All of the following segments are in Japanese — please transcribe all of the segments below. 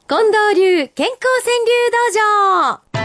近藤流健康川柳道場。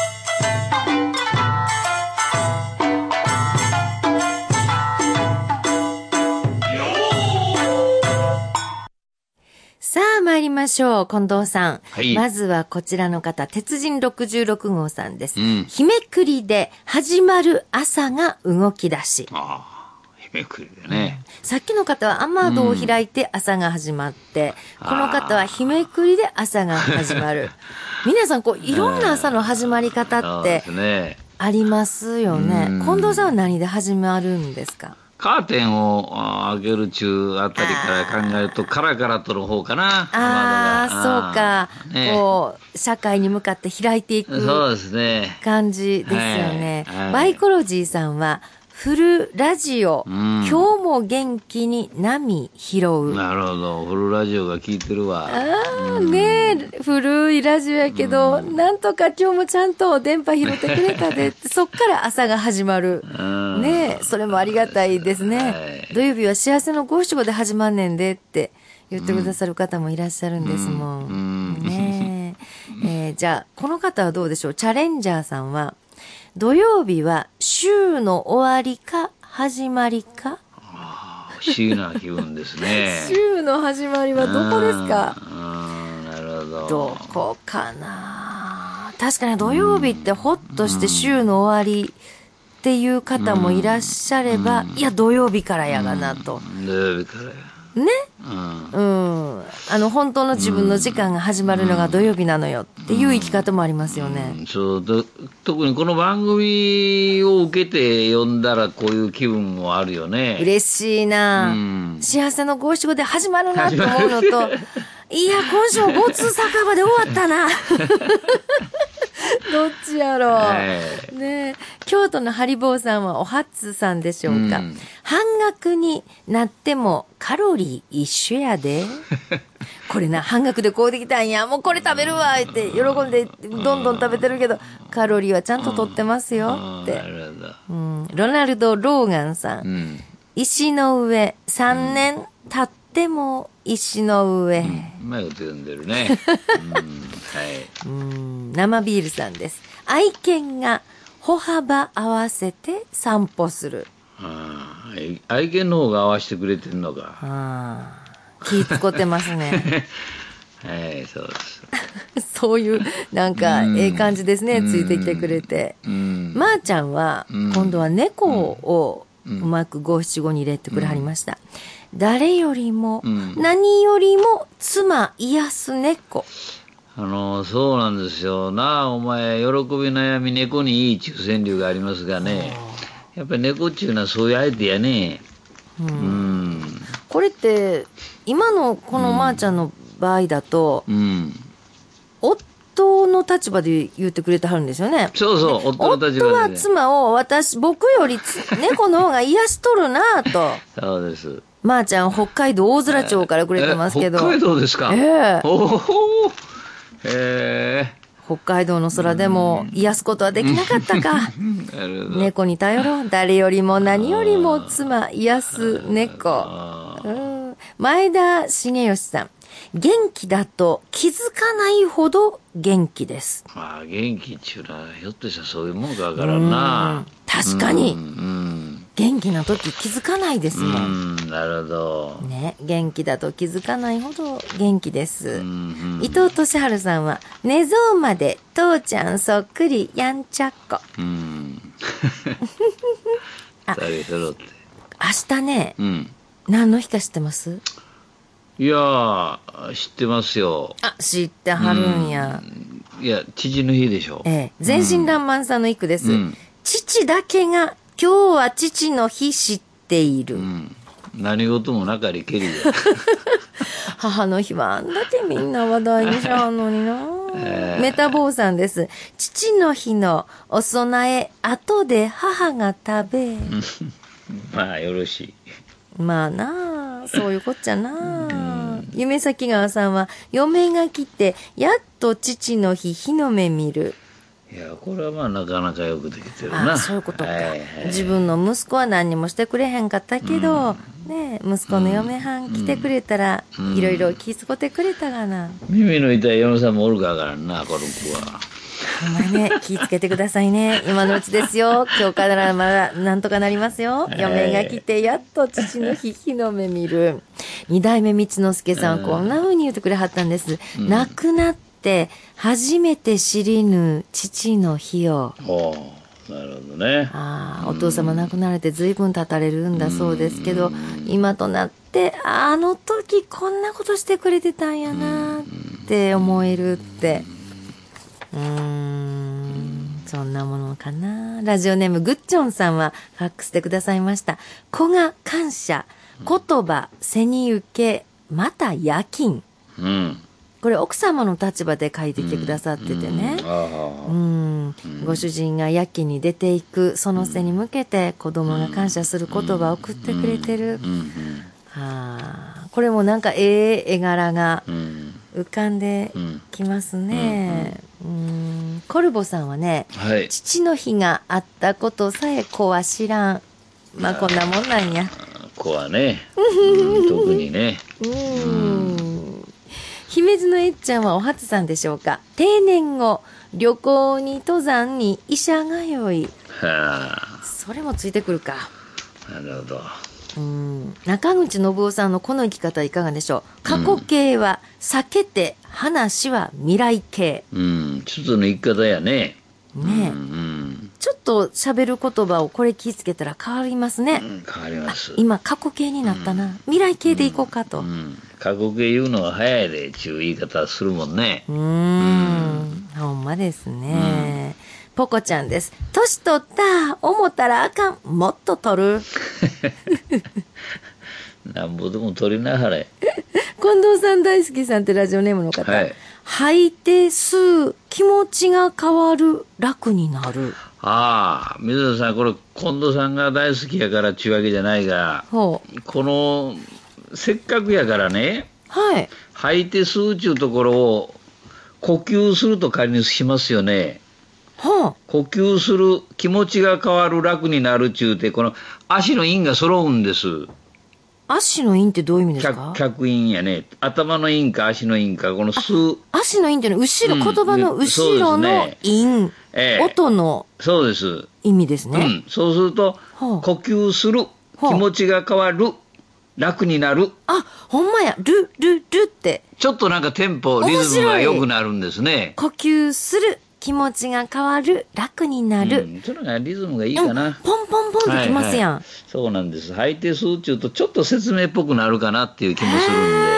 さあ参りましょう、近藤さん、 はい、 まずはこちらの方、鉄人66号さんです、日めくりで始まる朝が動き出し。 日めくりでね、 さっきの方は雨戸を開いて朝が始まって、この方は日めくりで朝が始まる。皆さんこういろんな朝の始まり方ってありますよね。近藤さんは何で始まるんですか？ カーテンを開ける中あたりから考えるとカラカラとの方かな。 そうか、ね、こう社会に向かって開いていく感じですよね。バイコロジーさんはフルラジオ、今日も元気に波拾う。 なるほど、フルラジオが聞いてるわ。 ねえ、古いラジオやけど、なんとか今日もちゃんと電波拾ってくれたでそっから朝が始まる。ねえ、それもありがたいですね。土曜日は幸せの五七五で始まんねんでって言ってくださる方もいらっしゃるんですもん。ねえ、じゃあこの方はどうでしょう。チャレンジャーさんは、土曜日は週の終わりか始まりか。 不思議な気分ですね。 週の始まりはどこですか？ なるほど。 どこかな。確かに土曜日ってほっとして週の終わりっていう方もいらっしゃれば、いや土曜日からやがなと。 土曜日からや。 ね、本当の自分の時間が始まるのが土曜日なのよっていう生き方もありますよね。 特にこの番組を受けて読んだらこういう気分もあるよね。 嬉しいな、幸せの五七五で始まるなと思うのといや今週も交通酒場で終わったなどっちやろう、ね。京都のハリボーさんはお初さんでしょうか。半額になってもカロリー一緒やでこれな、半額でこうできたんや、もうこれ食べるわって喜んでどんどん食べてるけどカロリーはちゃんと取ってますよって。ロナルド・ローガンさん、石の上3年経っても石の上、 うまいこと読んでるね。 生ビールさんです。愛犬が歩幅合わせて散歩する。 愛犬の方が合わせてくれてんのか。 気使ってますね。 はい、そうです。 そういうなんかええ感じですね、ついてきてくれて。まーちゃんは今度は猫をうまく五七五に入れてくれはりました。誰よりも、何よりも妻癒す猫。 そうなんですよな。お前喜び悩み猫にいい中川柳がありますがね、やっぱり猫っていうのはそういう相手やね。 これって今のこのまーちゃんの場合だと、夫の立場で言ってくれてはるんですよね。 そうそう、夫の立場で、 夫は妻を僕より猫の方が癒しとるなと。 そうです。 まーちゃん北海道大空町からくれてますけど。 北海道ですか？ 北海道の空でも癒すことはできなかったか。猫に頼ろう。誰よりも何よりも妻癒す猫。前田茂義さん、元気だと気づかないほど元気です。 元気っていうのはひょっとしたらそういうもんかわからんな。 確かに、元気な時気づかないですもん。 なるほど、 ね、元気だと気づかないほど元気です。伊藤俊治さんは、寝相まで父ちゃんそっくりやんちゃっこ。 二人揃って明日ね、何の日か知ってます？ いや知ってますよ。 知ってはるんや。 いや、父の日でしょ。 全身爛漫さんの一句です。父だけが今日は父の日知っている。 何事もなかりけりだ。 母の日はあんだけみんな話題にしちゃうのにな。メタボーさんです。父の日のお供え後で母が食べ。 まあよろしい。 まあなあ、そういうこっちゃな。夢咲川さんは、嫁が来てやっと父の日日の目見る。 いや、これはまあなかなかよくできてるな。 そういうことか。自分の息子は何にもしてくれへんかったけど、 ねえ、息子の嫁はん来てくれたら、いろいろ気遣ってくれたがな。 耳の痛い嫁さんもおるかからんな、この子は。 ほんまね、気ぃつけてくださいね。今のうちですよ。今日からまだなんとかなりますよ。嫁が来て、やっと父の日の目見る。二代目道之助さん、こんな風に言ってくれはったんです。亡くなって初めて知りぬ父の日を。 なるほどね。 お父様亡くなられて随分経たれるんだそうですけど、今となって、あの時こんなことしてくれてたんやなって思えるって。そんなものかな。ラジオネームグッチョンさんはファックスでくださいました。子が感謝、言葉、背に受け、また夜勤。これ奥様の立場で書いてきてくださっててね。ご主人が夜勤に出ていく、その背に向けて子供が感謝する言葉を送ってくれてる。これもなんか絵柄が浮かんできますね。コルボさんはね、父の日があったことさえ子は知らん。まあこんなもんなんや。 子はね、特にね。 姫路のえっちゃんはお初さんでしょうか。定年後、旅行に登山に医者通い。それもついてくるか。 なるほど。 中口信夫さんのこの生き方いかがでしょう。過去形は避けて、話は未来形。 ちょっとの生き方やね。 ねちょっと喋る言葉をこれ気ぃつけたら変わりますね。 変わります。 今過去形になったな。未来形でいこうかと。 過去形言うのは早いでちゅう言い方するもんね。 ほんまですね。ポコちゃんです。年取った思ったらあかん、もっと取る。 なんぼでも取りなはれ。 近藤さん大好きさんってラジオネームの方、吐いて吸う、気持ちが変わる、楽になる。 水野さん、これ近藤さんが大好きやからっちゅうわけじゃないが、このせっかくやからね、吐いて吸うちゅうところを呼吸すると仮にしますよね。呼吸する、気持ちが変わる、楽になるちゅうて、この足の印が揃うんです。 足の印ってどういう意味ですか？ 脚印やね。頭の印か足の印か、この吸う。 足の印っていうのは後ろ、言葉の後ろの印、音の意味ですね。 そうすると、呼吸する、気持ちが変わる、楽になる。 ほんまや、ルって。 ちょっとなんかテンポ、リズムが良くなるんですね。 呼吸する。気持ちが変わる、楽になる。 それがリズムがいいかな。 ポンポンポンってきますやん。 そうなんです。吐いて吸うっちゅうとちょっと説明っぽくなるかなっていう気もするんで。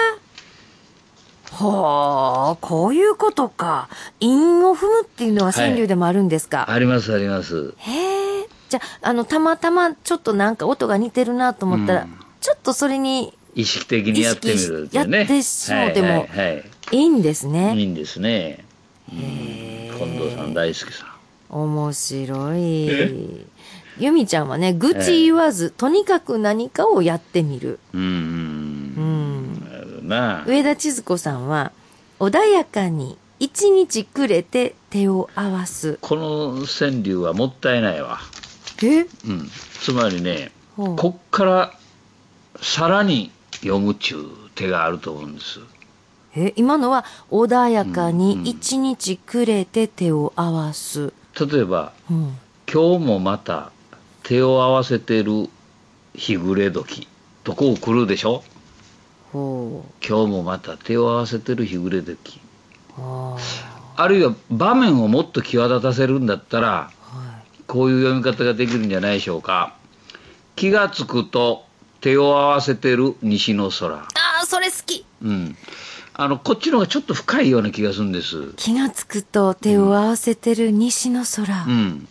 こういうことか。韻を踏むっていうのは川柳でもあるんですか？ ありますあります。 じゃあ、たまたまちょっとなんか音が似てるなと思ったら、ちょっとそれに意識的にやってみるってね。 やってしまうてもいいんですね。 いいんですね。近藤さん大好きさん。 面白い。由美ちゃんはね、愚痴言わず、とにかく何かをやってみる。上田千鶴子さんは、穏やかに一日くれて手を合わす。 この川柳はもったいないわ。つまりね、こっからさらに読むっちゅう手があると思うんです。 今のは穏やかに一日くれて手を合わす。 例えば、今日もまた手を合わせてる日暮れ時とこう来るでしょ。今日もまた手を合わせてる日暮れ時。あるいは場面をもっと際立たせるんだったら、こういう読み方ができるんじゃないでしょうか。気がつくと手を合わせてる西の空。 それ好き。 こっちの方がちょっと深いような気がするんです。 気がつくと手を合わせてる西の空。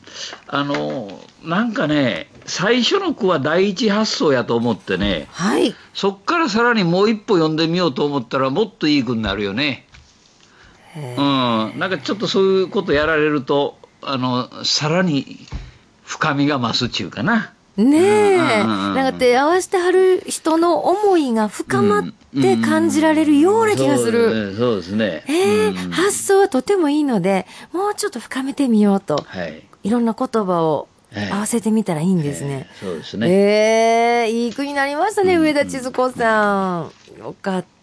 なんかね、最初の句は第一発想やと思ってね、そっからさらにもう一歩読んでみようと思ったらもっといい句になるよね。なんかちょっとそういうことやられると、さらに深みが増すっちゅうかな。なんか手合わせてはる人の思いが深まって感じられるような気がする。 そうですね。 発想はとてもいいので、もうちょっと深めてみようと。いろんな言葉を合わせてみたらいいんですね。 そうですね。 いい句になりましたね、上田千鶴子さん。よかった。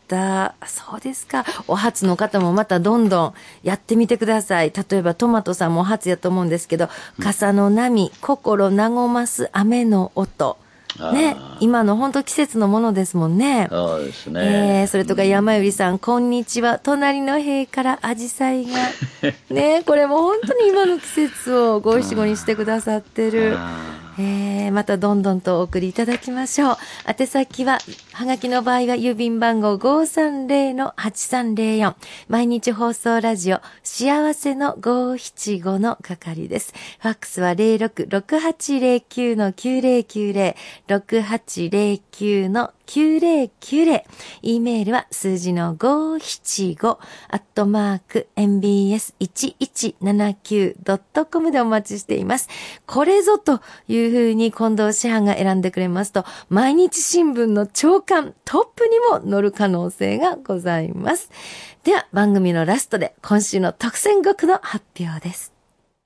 そうですか。お初の方もまたどんどんやってみてください。例えばトマトさんもお初やと思うんですけど、傘の波、心和ます雨の音。ね、今の本当季節のものですもんね。 そうですね。 それとか山百合さん、こんにちは。隣の塀からアジサイが。ね、これも本当に今の季節を五七五にしてくださってる。またどんどんとお送りいただきましょう。宛先は、はがきの場合は郵便番号 530-8304。毎日放送ラジオ、幸せの575の係です。ファックスは 066809-9090、6809-9090。e メールは数字の575-mbs1179.com でお待ちしています。これぞというふうに近藤師範が選んでくれますと、毎日新聞の朝刊トップにも載る可能性がございます。では番組のラストで今週の特選5句の発表です。